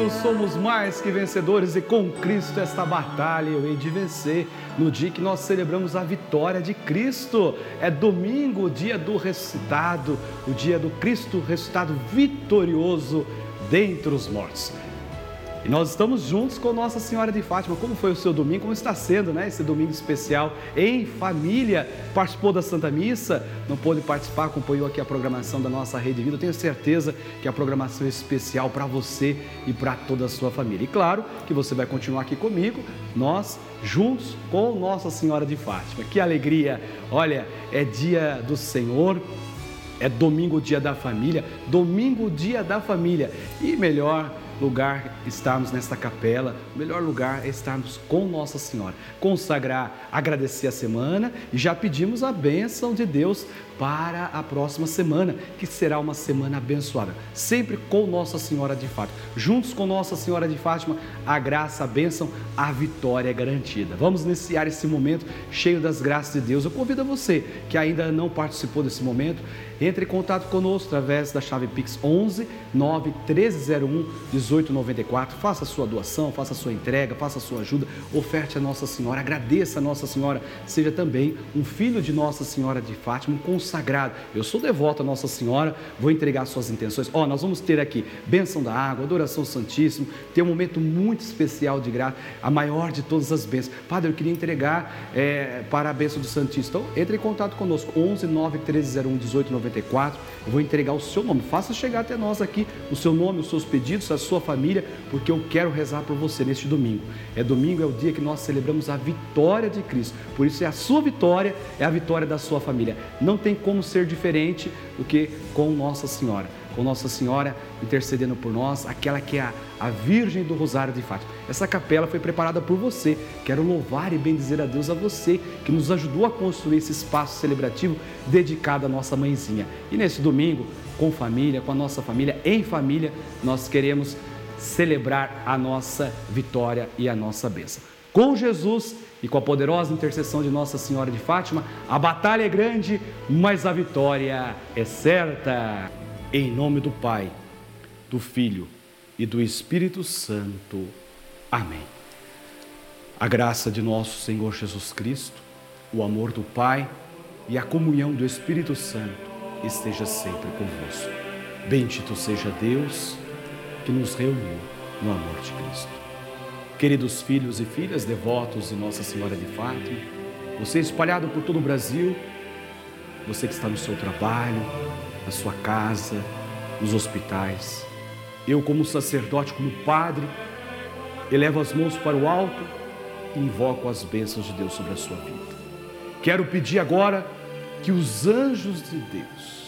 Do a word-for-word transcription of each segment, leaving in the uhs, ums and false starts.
Cristo somos mais que vencedores e com Cristo esta batalha eu hei de vencer. No dia que nós celebramos a vitória de Cristo, é domingo, o dia do ressuscitado, o dia do Cristo ressuscitado vitorioso dentre os mortos. E nós estamos juntos com Nossa Senhora de Fátima. Como foi o seu domingo? Como está sendo, né? Esse domingo especial em família? Participou da Santa Missa? Não pôde participar? Acompanhou aqui a programação da nossa Rede Vida? Eu tenho certeza que a programação é especial para você e para toda a sua família. E claro que você vai continuar aqui comigo, nós juntos com Nossa Senhora de Fátima. Que alegria! Olha, é dia do Senhor. É domingo, dia da família. Domingo, dia da família. E melhor lugar estarmos nesta capela, o melhor lugar é estarmos com Nossa Senhora, consagrar, agradecer a semana e já pedimos a bênção de Deus para a próxima semana, que será uma semana abençoada, sempre com Nossa Senhora de Fátima. Juntos com Nossa Senhora de Fátima, a graça, a bênção, a vitória é garantida. Vamos iniciar esse momento cheio das graças de Deus. Eu convido a você que ainda não participou desse momento, entre em contato conosco através da chave Pix onze nove um três zero um um oito nove quatro. Faça a sua doação, faça a sua entrega, faça a sua ajuda, oferte a Nossa Senhora, agradeça a Nossa Senhora, seja também um filho de Nossa Senhora de Fátima, um consagrado. Eu sou devoto a Nossa Senhora, vou entregar suas intenções. Ó, oh, nós vamos ter aqui bênção da água, adoração Santíssimo, ter um momento muito especial de graça, a maior de todas as bênçãos. Padre, eu queria entregar é, para a bênção do Santíssimo. Então, entre em contato conosco, onze nove um três zero um um oito nove quatro. Eu vou entregar o seu nome. Faça chegar até nós aqui o seu nome, os seus pedidos, a sua família, porque eu quero rezar por você neste domingo. É domingo, é o dia que nós celebramos a vitória de Cristo. Por isso é a sua vitória, é a vitória da sua família. Não tem como ser diferente do que com Nossa Senhora. Com Nossa Senhora intercedendo por nós, aquela que é a, a Virgem do Rosário de Fátima. Essa capela foi preparada por você. Quero louvar e bendizer a Deus, a você que nos ajudou a construir esse espaço celebrativo dedicado à nossa mãezinha. E nesse domingo, com família, com a nossa família, em família, nós queremos celebrar a nossa vitória e a nossa bênção. Com Jesus e com a poderosa intercessão de Nossa Senhora de Fátima, a batalha é grande, mas a vitória é certa. Em nome do Pai, do Filho e do Espírito Santo. Amém. A graça de nosso Senhor Jesus Cristo, o amor do Pai e a comunhão do Espírito Santo esteja sempre convosco. Bendito seja Deus que nos reuniu no amor de Cristo. Queridos filhos e filhas devotos de Nossa Senhora de Fátima, você espalhado por todo o Brasil, você que está no seu trabalho, na sua casa, nos hospitais. Eu, como sacerdote, como padre, elevo as mãos para o alto e invoco as bênçãos de Deus sobre a sua vida. Quero pedir agora que os anjos de Deus,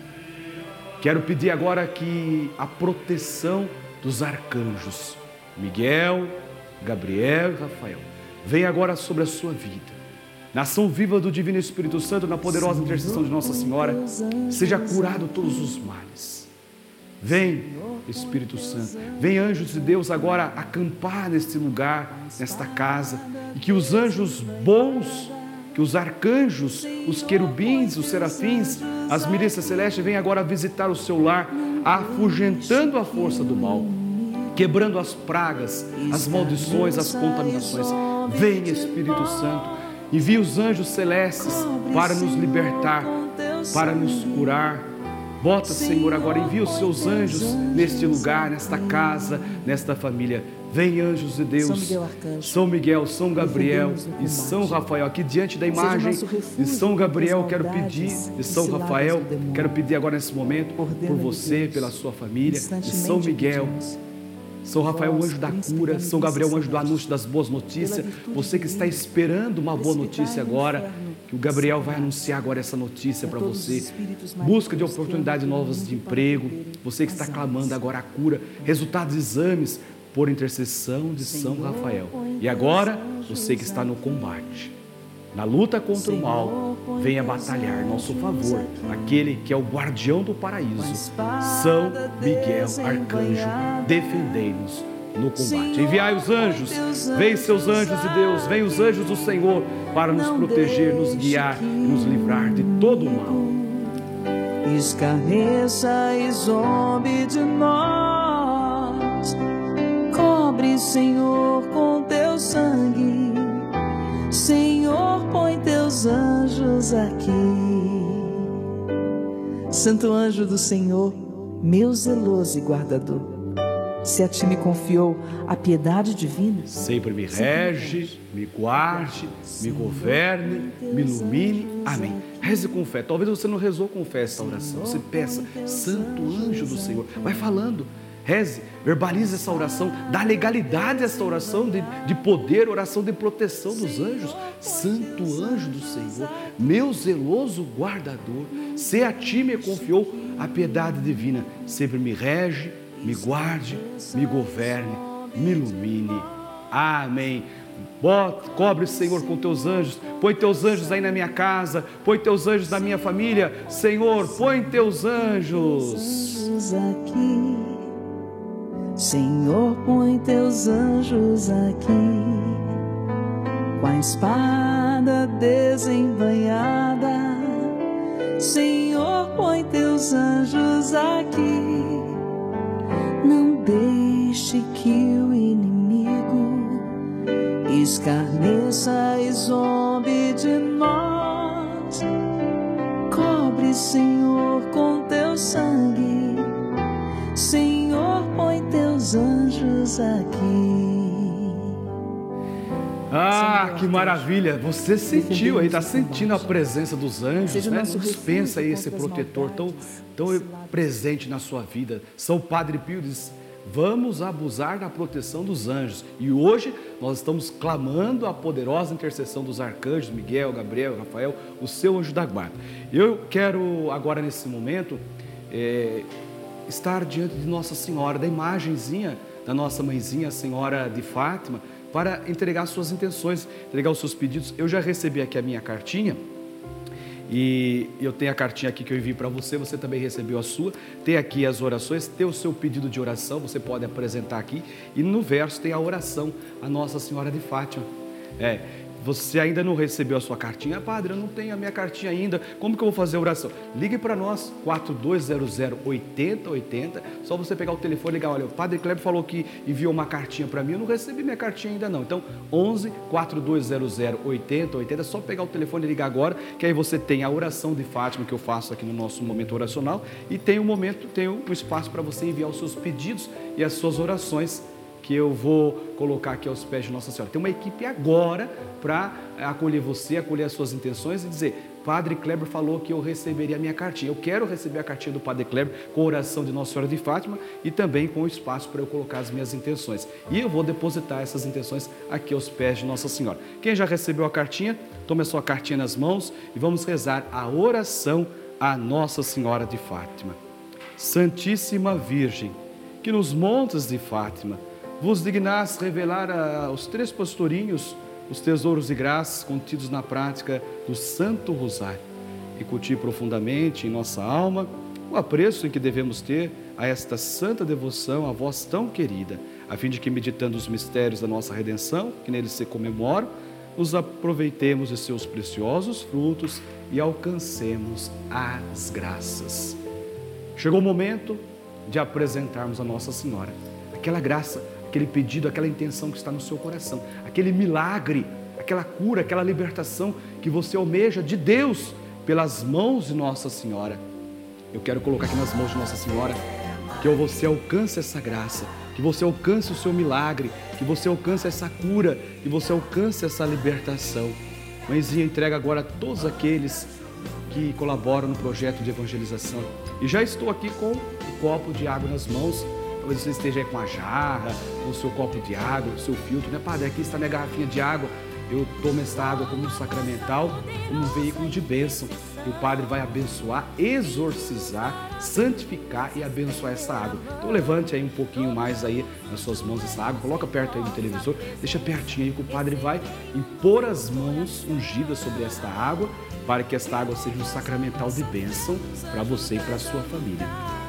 quero pedir agora que a proteção dos arcanjos, Miguel, Gabriel e Rafael, venha agora sobre a sua vida. Na ação viva do Divino Espírito Santo, na poderosa intercessão de Nossa Senhora, seja curado todos os males. Vem, Espírito Santo, vem anjos de Deus agora acampar neste lugar, nesta casa, e que os anjos bons, que os arcanjos, os querubins, os serafins, as milícias celestes venham agora visitar o seu lar, afugentando a força do mal, quebrando as pragas, as maldições, as contaminações. Vem, Espírito Santo, envia os anjos celestes para nos libertar, para nos curar. Bota, Senhor, agora envia os seus anjos neste lugar, nesta casa, nesta família. Vem, anjos de Deus, São Miguel, Arcanjo, São Miguel, São Gabriel e São Rafael. Aqui diante da imagem de São Gabriel, quero pedir, de São Rafael, quero pedir agora nesse momento, por você, pela sua família, de São Miguel, São Rafael, o anjo da cura, São Gabriel, o anjo do anúncio das boas notícias. Você que está esperando uma boa notícia agora, que o Gabriel vai anunciar agora essa notícia para você. Busca de oportunidades novas de emprego, você que está clamando agora a cura, resultados de exames por intercessão de São Rafael. E agora, você que está no combate, na luta contra o mal, venha batalhar em nosso favor, aquele que é o guardião do paraíso, São Miguel Arcanjo, defendei-nos no combate. Enviai os anjos, vem seus anjos de Deus, vem os anjos do Senhor para nos proteger, nos guiar e nos livrar de todo o mal. Escarneça e zombe de nós, Senhor, com teu sangue. Senhor, põe teus anjos aqui. Santo anjo do Senhor, meu zeloso e guardador, se a ti me confiou a piedade divina, sempre me rege, me guarde, me governe, me ilumine. Amém. Reze com fé. Talvez você não rezou com fé essa oração. Você peça, Santo anjo do Senhor. Vai falando. Reze, verbalize essa oração, dá legalidade a essa oração de, de poder, oração de proteção dos anjos. Santo anjo do Senhor, meu zeloso guardador, se a ti me confiou a piedade divina, sempre me rege, me guarde, me governe, me ilumine. Amém. Bote, cobre, Senhor, com teus anjos. Põe teus anjos aí na minha casa, põe teus anjos na minha família. Senhor, põe teus anjos aqui. Senhor, põe teus anjos aqui, com a espada desembainhada. Senhor, põe teus anjos aqui. Não deixe que o inimigo escarneça e zombe de nós. Cobre, Senhor, com teu sangue. Senhor, põe teus anjos aqui. Ah, que maravilha! Você sentiu aí, está sentindo a presença dos anjos, né? Não dispensa aí esse protetor tão, tão presente na sua vida. São Padre Pio diz, vamos abusar da proteção dos anjos. E hoje nós estamos clamando a poderosa intercessão dos arcanjos, Miguel, Gabriel, Rafael, o seu anjo da guarda. Eu quero agora nesse momento é, estar diante de Nossa Senhora, da imagenzinha da nossa mãezinha, a Senhora de Fátima, para entregar suas intenções, entregar os seus pedidos. Eu já recebi aqui a minha cartinha, e eu tenho a cartinha aqui que eu enviei para você, você também recebeu a sua. Tem aqui as orações, tem o seu pedido de oração, você pode apresentar aqui, e no verso tem a oração a Nossa Senhora de Fátima. É, você ainda não recebeu a sua cartinha? Padre, eu não tenho a minha cartinha ainda, como que eu vou fazer a oração? Ligue para nós, quatro dois zero zero, oito zero oito zero, só você pegar o telefone e ligar, olha, o Padre Kleber falou que enviou uma cartinha para mim, eu não recebi minha cartinha ainda não. Então, onze, quatro dois zero zero, oito zero oito zero, é só pegar o telefone e ligar agora, que aí você tem a oração de Fátima que eu faço aqui no nosso momento oracional, e tem um momento, tem um espaço para você enviar os seus pedidos e as suas orações, que eu vou colocar aqui aos pés de Nossa Senhora. Tem uma equipe agora para acolher você, acolher as suas intenções e dizer, Padre Kleber falou que eu receberia a minha cartinha. Eu quero receber a cartinha do Padre Kleber com a oração de Nossa Senhora de Fátima e também com o espaço para eu colocar as minhas intenções. E eu vou depositar essas intenções aqui aos pés de Nossa Senhora. Quem já recebeu a cartinha, tome a sua cartinha nas mãos e vamos rezar a oração a Nossa Senhora de Fátima. Santíssima Virgem, que nos montes de Fátima vos dignaste revelar aos três pastorinhos os tesouros e graças contidos na prática do Santo Rosário, e cultive profundamente em nossa alma o apreço em que devemos ter a esta santa devoção a vós tão querida, a fim de que, meditando os mistérios da nossa redenção, que neles se comemoram, nos aproveitemos de seus preciosos frutos e alcancemos as graças. Chegou o momento de apresentarmos a Nossa Senhora aquela graça, aquele pedido, aquela intenção que está no seu coração, aquele milagre, aquela cura, aquela libertação que você almeja de Deus pelas mãos de Nossa Senhora. Eu quero colocar aqui nas mãos de Nossa Senhora que você alcance essa graça, que você alcance o seu milagre, que você alcance essa cura, que você alcance essa libertação. Mãezinha, entrega agora a todos aqueles que colaboram no projeto de evangelização. E já estou aqui com um copo de água nas mãos. Talvez você esteja aí com a jarra, com o seu copo de água, o seu filtro, né? Padre, aqui está minha garrafinha de água. Eu tomo essa água como um sacramental, como um veículo de bênção. E o Padre vai abençoar, exorcizar, santificar e abençoar essa água. Então levante aí um pouquinho mais aí nas suas mãos essa água, coloca perto aí do televisor, deixa pertinho aí que o Padre vai impor as mãos ungidas sobre esta água, para que esta água seja um sacramental de bênção para você e para a sua família.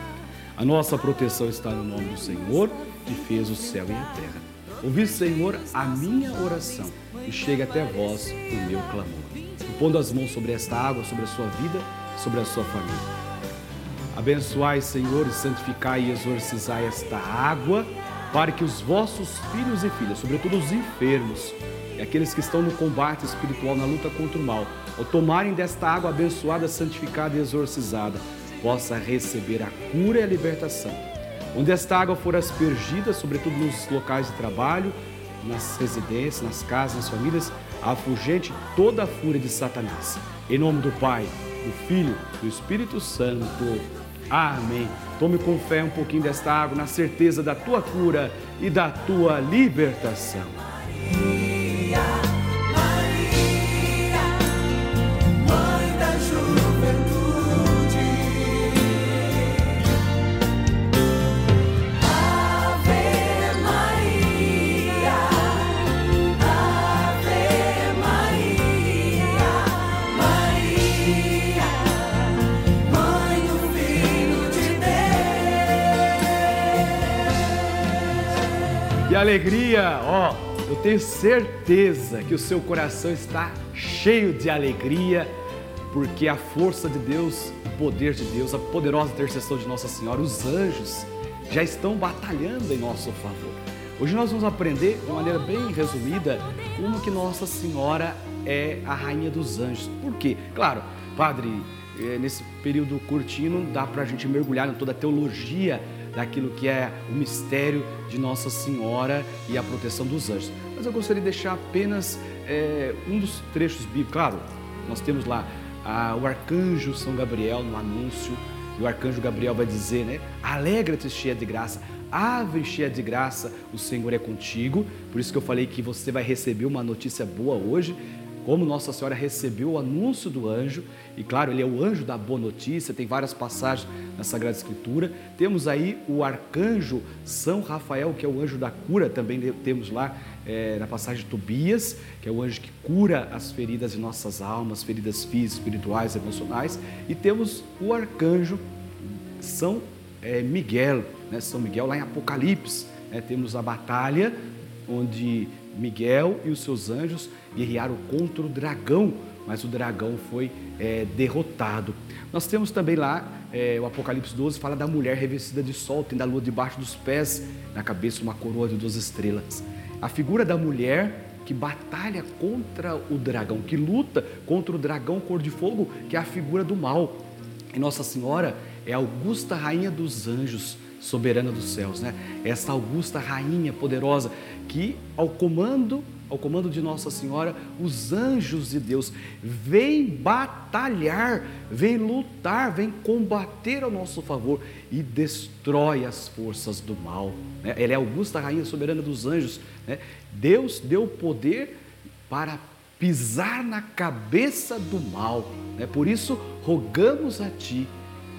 A nossa proteção está no nome do Senhor, que fez o céu e a terra. Ouvi, Senhor, a minha oração e chega até vós o meu clamor. Pondo as mãos sobre esta água, sobre a sua vida, sobre a sua família. Abençoai, Senhor, e santificai e exorcizai esta água para que os vossos filhos e filhas, sobretudo os enfermos e aqueles que estão no combate espiritual, na luta contra o mal, ao tomarem desta água abençoada, santificada e exorcizada, possa receber a cura e a libertação. Onde esta água for aspergida, sobretudo nos locais de trabalho, nas residências, nas casas, nas famílias, afugente toda a fúria de Satanás. Em nome do Pai, do Filho e do Espírito Santo. Amém. Tome com fé um pouquinho desta água, na certeza da tua cura e da tua libertação. Maria, Maria, Mãe da Juventude. Ave Maria, Ave Maria, Maria, Mãe do Filho de Deus. Que alegria, ó! Eu tenho certeza que o seu coração está cheio de alegria, porque a força de Deus, o poder de Deus, a poderosa intercessão de Nossa Senhora, os anjos já estão batalhando em nosso favor. Hoje nós vamos aprender, de maneira bem resumida, como que Nossa Senhora é a Rainha dos Anjos. Por quê? Claro, Padre, nesse período curtinho não dá para a gente mergulhar em toda a teologia daquilo que é o mistério de Nossa Senhora e a proteção dos anjos. Mas eu gostaria de deixar apenas é, um dos trechos bíblicos. Claro, nós temos lá ah, o arcanjo São Gabriel no anúncio, e o arcanjo Gabriel vai dizer, né? Alegra-te, cheia de graça, ave cheia de graça, o Senhor é contigo. Por isso que eu falei que você vai receber uma notícia boa hoje, como Nossa Senhora recebeu o anúncio do anjo, e claro, ele é o anjo da boa notícia, tem várias passagens na Sagrada Escritura. Temos aí o arcanjo São Rafael, que é o anjo da cura, também temos lá é, na passagem de Tobias, que é o anjo que cura as feridas de nossas almas, feridas físicas, espirituais, emocionais. E temos o arcanjo São é, Miguel, né? São Miguel lá em Apocalipse, né? Temos a batalha onde Miguel e os seus anjos guerrearam contra o dragão, mas o dragão foi é, derrotado. Nós temos também lá, é, o Apocalipse doze fala da mulher revestida de sol, tendo a lua debaixo dos pés, na cabeça uma coroa de duas estrelas. A figura da mulher que batalha contra o dragão, que luta contra o dragão cor de fogo, que é a figura do mal. E Nossa Senhora é a augusta rainha dos anjos, soberana dos céus, né? Essa augusta rainha poderosa que ao comando, ao comando de Nossa Senhora, os anjos de Deus vêm batalhar, vêm lutar, vêm combater ao nosso favor e destrói as forças do mal, né? Ela é a augusta rainha soberana dos anjos, né? Deus deu poder para pisar na cabeça do mal, né? Por isso rogamos a ti,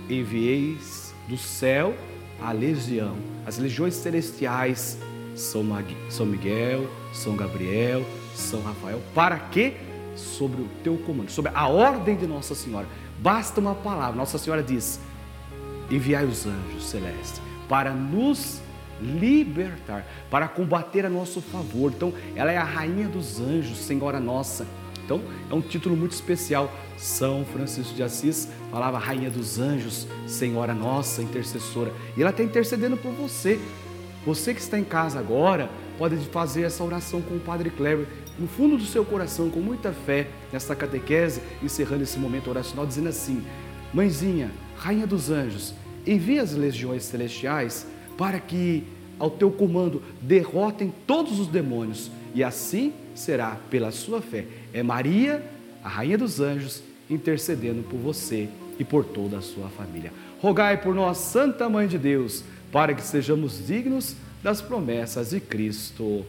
envieis do céu a legião, as legiões celestiais, São, Mag... São Miguel, São Gabriel, São Rafael, para que, sobre o teu comando, sobre a ordem de Nossa Senhora, basta uma palavra. Nossa Senhora diz, enviai os anjos celestes para nos libertar, para combater a nosso favor. Então, ela é a rainha dos anjos, Senhora nossa. Então, é um título muito especial. São Francisco de Assis falava Rainha dos Anjos, Senhora Nossa, intercessora. E ela está intercedendo por você. Você que está em casa agora, pode fazer essa oração com o Padre Kleber, no fundo do seu coração, com muita fé, nesta catequese, encerrando esse momento oracional, dizendo assim, Mãezinha, Rainha dos Anjos, envia as legiões celestiais para que, ao teu comando, derrotem todos os demônios. E assim será pela sua fé. É Maria, a Rainha dos Anjos, intercedendo por você e por toda a sua família. Rogai por nós, Santa Mãe de Deus, para que sejamos dignos das promessas de Cristo.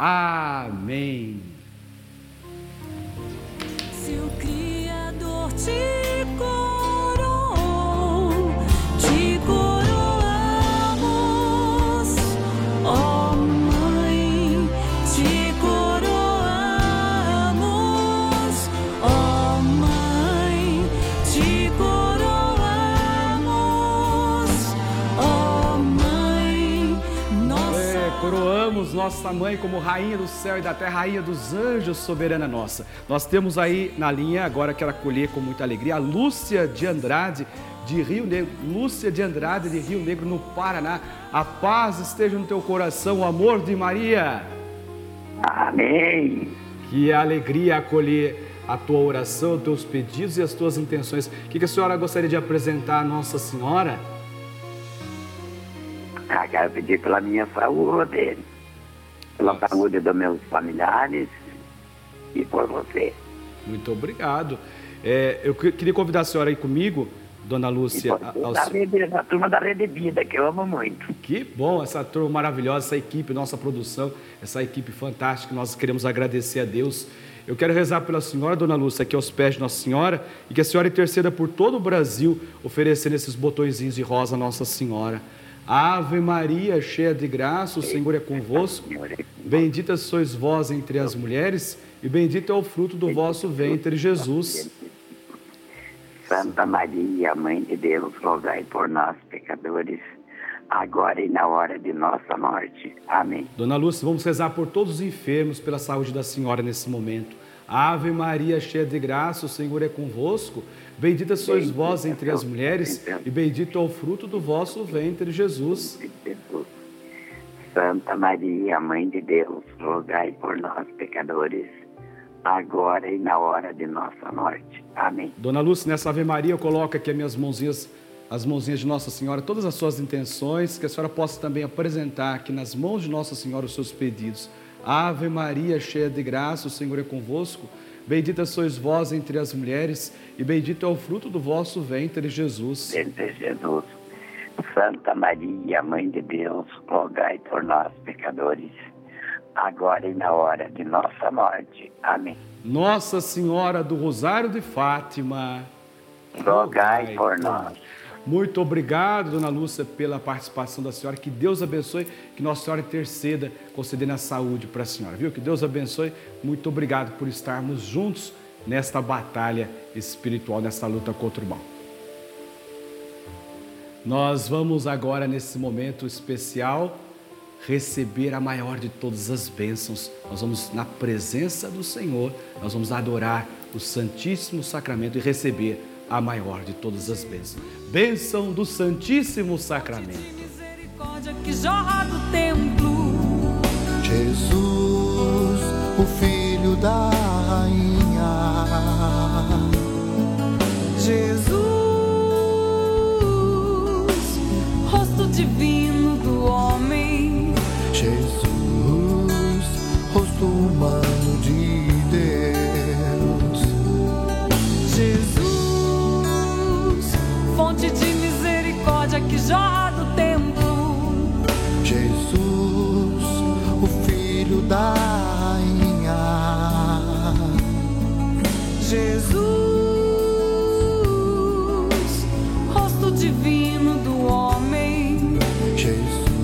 Amém. Se o Criador te coroou, te coroamos, ó Mãe, te coroamos, ó Mãe, te coroamos, ó Mãe, nossa. É, coroamos louvamos nossa mãe como rainha do céu e da terra, rainha dos anjos, soberana nossa. Nós temos aí na linha, agora quero acolher com muita alegria, a Lúcia de Andrade, de Rio Negro. Lúcia de Andrade, de Rio Negro, no Paraná. A paz esteja no teu coração, o amor de Maria. Amém. Que alegria acolher a tua oração, os teus pedidos e as tuas intenções. O que a senhora gostaria de apresentar à Nossa Senhora? Eu quero pedir pela minha saúde, pela Nossa. saúde dos meus familiares e por você. Muito obrigado. É, eu que- queria convidar a senhora aí comigo, Dona E Lúcia. por a- toda ao a, se- rede, a turma da Rede Vida, que eu amo muito. Que bom, essa turma maravilhosa, essa equipe, nossa produção, essa equipe fantástica, nós queremos agradecer a Deus. Eu quero rezar pela senhora, Dona Lúcia, aqui aos pés de Nossa Senhora, e que a senhora interceda por todo o Brasil, oferecendo esses botõezinhos de rosa a Nossa Senhora. Ave Maria, cheia de graça, o Senhor é convosco. Senhor. Bendita sois vós entre as mulheres, e bendito é o fruto do vosso ventre, Jesus. Santa Maria, Mãe de Deus, rogai por nós, pecadores, agora e na hora de nossa morte. Amém. Dona Lúcia, vamos rezar por todos os enfermos, pela saúde da senhora nesse momento. Ave Maria, cheia de graça, o Senhor é convosco. Bendita sois vós entre as mulheres, e bendito é o fruto do vosso ventre, Jesus. Jesus. Santa Maria, Mãe de Deus, rogai por nós, pecadores, agora e na hora de nossa morte. Amém. Dona Lúcia, nessa Ave Maria, eu coloco aqui as minhas mãozinhas, as mãozinhas de Nossa Senhora, todas as suas intenções, que a senhora possa também apresentar aqui nas mãos de Nossa Senhora os seus pedidos. Ave Maria, cheia de graça, o Senhor é convosco. Bendita sois vós entre as mulheres, e bendito é o fruto do vosso ventre, Jesus. Entre Jesus. Santa Maria, Mãe de Deus, rogai por nós, pecadores, agora e na hora de nossa morte. Amém. Nossa Senhora do Rosário de Fátima, Rogai por nós. Muito obrigado, Dona Lúcia, pela participação da senhora. Que Deus abençoe, que Nossa Senhora interceda, concedendo a saúde para a senhora, viu? Que Deus abençoe. Muito obrigado por estarmos juntos nesta batalha espiritual, nesta luta contra o mal. Nós vamos agora, nesse momento especial, receber a maior de todas as bênçãos. Nós vamos, na presença do Senhor, nós vamos adorar o Santíssimo Sacramento e receber a maior de todas as bênçãos. Bênção do Santíssimo Sacramento. Misericórdia que jorra do templo. Jesus, o Filho da Rainha. Jesus, rosto divino do homem. Jesus, rosto humano de Deus. Jesus, fonte de misericórdia que jorra do templo. Jesus, o Filho da Rainha. Jesus, rosto divino do homem. Jesus,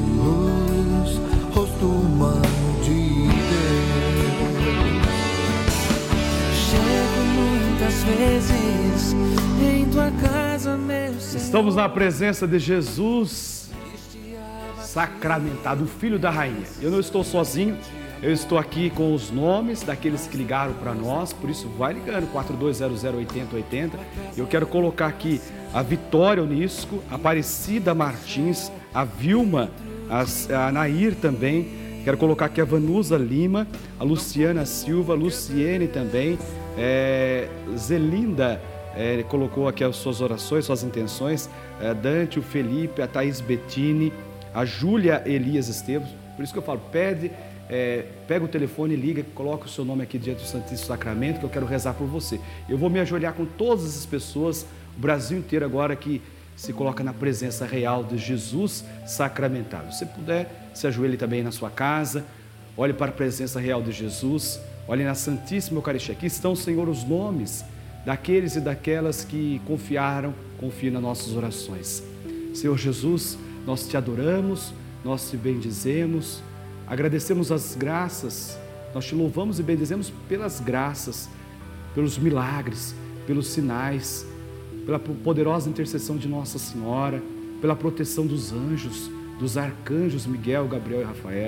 rosto humano de Deus. Chego muitas vezes em tua casa, meu Senhor. Estamos na presença de Jesus sacramentado, o Filho da Rainha. Eu não estou sozinho, eu estou aqui com os nomes daqueles que ligaram para nós, por isso vai ligando, quatro dois zero zero oito zero oito zero. Eu quero colocar aqui a Vitória Onisco, a Aparecida Martins, a Vilma, a, a Nair também. Quero colocar aqui a Vanusa Lima, a Luciana Silva, a Luciene também, é, Zelinda, é, colocou aqui as suas orações, suas intenções, é, Dante, o Felipe, a Thaís Bettini, a Júlia Elias Esteves. Por isso que eu falo, pede, é, pega o telefone, liga, coloca o seu nome aqui diante do Santíssimo Sacramento, que eu quero rezar por você. Eu vou me ajoelhar com todas essas pessoas, o Brasil inteiro agora que se coloca na presença real de Jesus sacramentado. Se puder, se ajoelhe também na sua casa, olhe para a presença real de Jesus, olhe na Santíssima Eucaristia. Aqui estão, Senhor, os nomes daqueles e daquelas que confiaram, confiam nas nossas orações. Senhor Jesus, nós te adoramos, nós te bendizemos, agradecemos as graças, nós te louvamos e bendizemos pelas graças, pelos milagres, pelos sinais, pela poderosa intercessão de Nossa Senhora, pela proteção dos anjos, dos arcanjos Miguel, Gabriel e Rafael.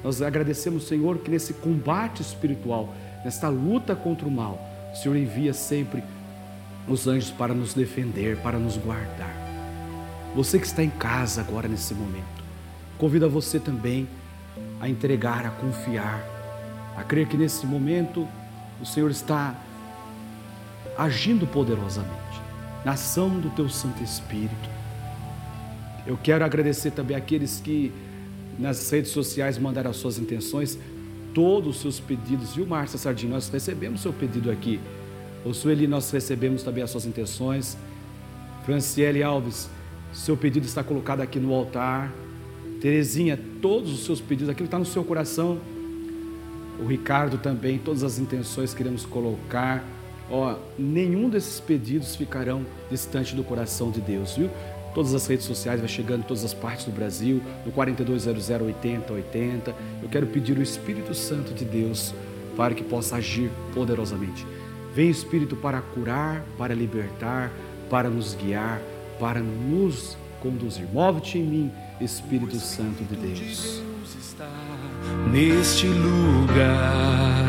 Nós agradecemos, Senhor, que nesse combate espiritual, nesta luta contra o mal, o Senhor envia sempre os anjos para nos defender, para nos guardar. Você que está em casa agora nesse momento, convido você também a entregar, a confiar, a crer que nesse momento o Senhor está agindo poderosamente na ação do Teu Santo Espírito. Eu quero agradecer também àqueles que nas redes sociais mandaram as suas intenções, todos os seus pedidos, viu, Márcia Sardinha? Nós recebemos seu pedido aqui. O Sueli, nós recebemos também as suas intenções. Franciele Alves, seu pedido está colocado aqui no altar. Terezinha, todos os seus pedidos, aquilo está no seu coração. O Ricardo também, todas as intenções queremos colocar. Ó, nenhum desses pedidos ficarão distante do coração de Deus, viu? Todas as redes sociais, vai chegando em todas as partes do Brasil, no quatro dois zero zero oito zero oito zero. Eu quero pedir o Espírito Santo de Deus para que possa agir poderosamente. Vem Espírito para curar, para libertar, para nos guiar, para nos conduzir. Move-te em mim, Espírito Santo de Deus. Neste lugar,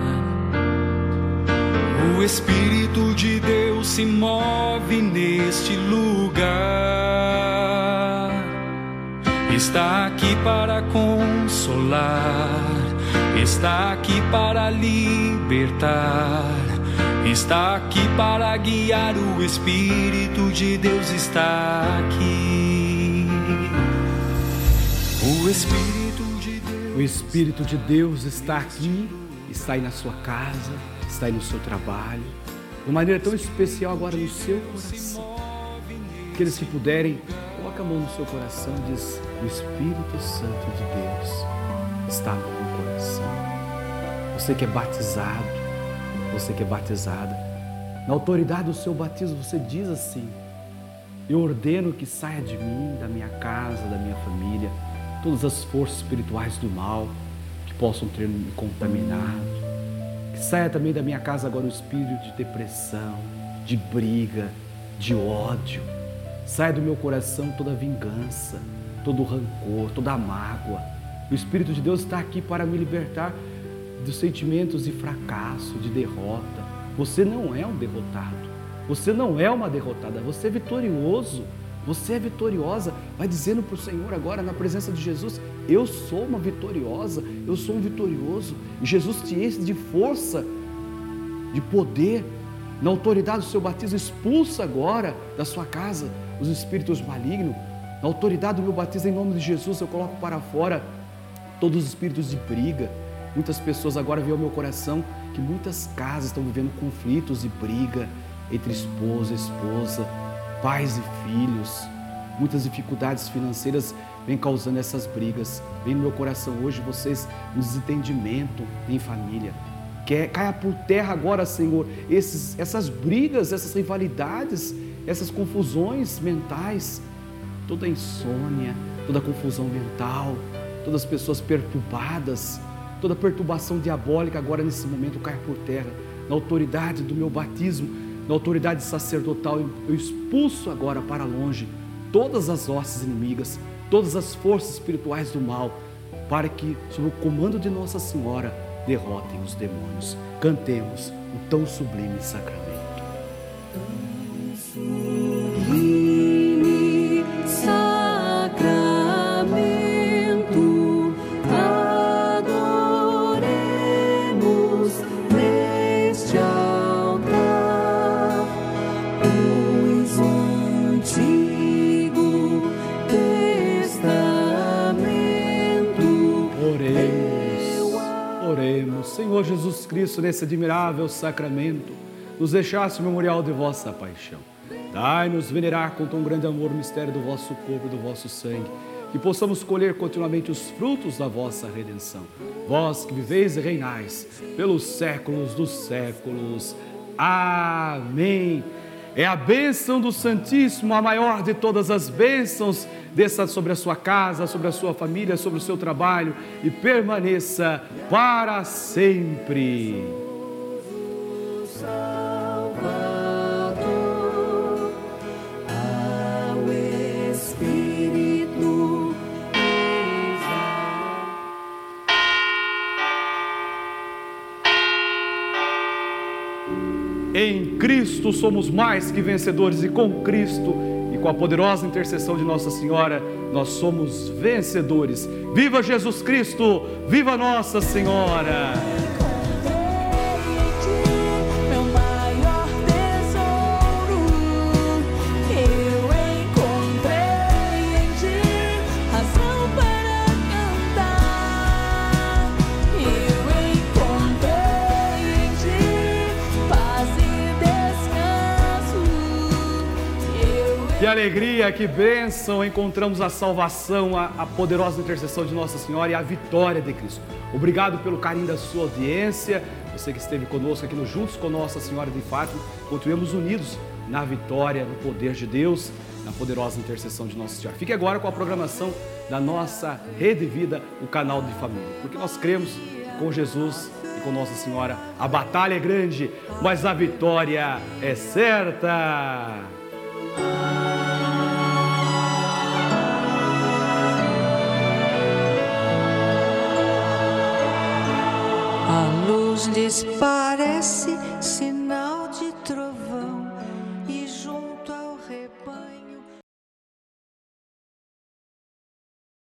o Espírito de Deus se move neste lugar. Está aqui para consolar, está aqui para libertar, está aqui para guiar. O Espírito de Deus está aqui. O Espírito de Deus, o Espírito de Deus está aqui, está aí na sua casa, está aí no seu trabalho, de maneira tão especial agora no seu coração. Aqueles que puderem, coloca a mão no seu coração e diz: o Espírito Santo de Deus está no meu coração. Você que é batizado, você que é batizada, na autoridade do seu batismo você diz assim: eu ordeno que saia de mim, da minha casa, da minha família, todas as forças espirituais do mal que possam ter me contaminado. Que saia também da minha casa agora o espírito de depressão, de briga, de ódio. Saia do meu coração toda vingança, todo rancor, toda mágoa. O Espírito de Deus está aqui para me libertar dos sentimentos de fracasso, de derrota. Você não é um derrotado, você não é uma derrotada, você é vitorioso, você é vitoriosa. Vai dizendo para o Senhor agora, na presença de Jesus: eu sou uma vitoriosa, eu sou um vitorioso. E Jesus te enche de força, de poder. Na autoridade do seu batismo, expulsa agora da sua casa os espíritos malignos. Na autoridade do meu batismo, em nome de Jesus, eu coloco para fora todos os espíritos de briga. Muitas pessoas agora veem ao meu coração que muitas casas estão vivendo conflitos e briga entre esposa e esposa, pais e filhos. Muitas dificuldades financeiras vêm causando essas brigas. Vem no meu coração hoje vocês um desentendimento em família. Que caia por terra agora, Senhor, esses, essas brigas, essas rivalidades, essas confusões mentais, toda insônia, toda confusão mental, todas as pessoas perturbadas, toda perturbação diabólica agora nesse momento caia por terra. Na autoridade do meu batismo, na autoridade sacerdotal, eu expulso agora para longe todas as hostes inimigas, todas as forças espirituais do mal, para que, sob o comando de Nossa Senhora, derrotem os demônios. Cantemos o tão sublime sacramento. Sublime sacramento, adoremos neste altar, pois o Antigo Testamento. Oremos. Oremos. Senhor Jesus Cristo, nesse admirável sacramento, nos deixaste o memorial de vossa paixão. Dai-nos venerar com tão grande amor o mistério do vosso corpo e do vosso sangue, que possamos colher continuamente os frutos da vossa redenção. Vós que viveis e reinais pelos séculos dos séculos. Amém. É a bênção do Santíssimo, a maior de todas as bênçãos, desça sobre a sua casa, sobre a sua família, sobre o seu trabalho e permaneça para sempre. Em Cristo somos mais que vencedores e com Cristo e com a poderosa intercessão de Nossa Senhora, nós somos vencedores. Viva Jesus Cristo! Viva Nossa Senhora! Que alegria, que bênção, encontramos a salvação, a, a poderosa intercessão de Nossa Senhora e a vitória de Cristo. Obrigado pelo carinho da sua audiência, você que esteve conosco aqui no Juntos com Nossa Senhora de Fátima, continuemos unidos na vitória, no poder de Deus, na poderosa intercessão de Nossa Senhora. Fique agora com a programação da nossa Rede Vida, o canal de família, porque nós cremos que com Jesus e com Nossa Senhora a batalha é grande, mas a vitória é certa. A luz lhes parece sinal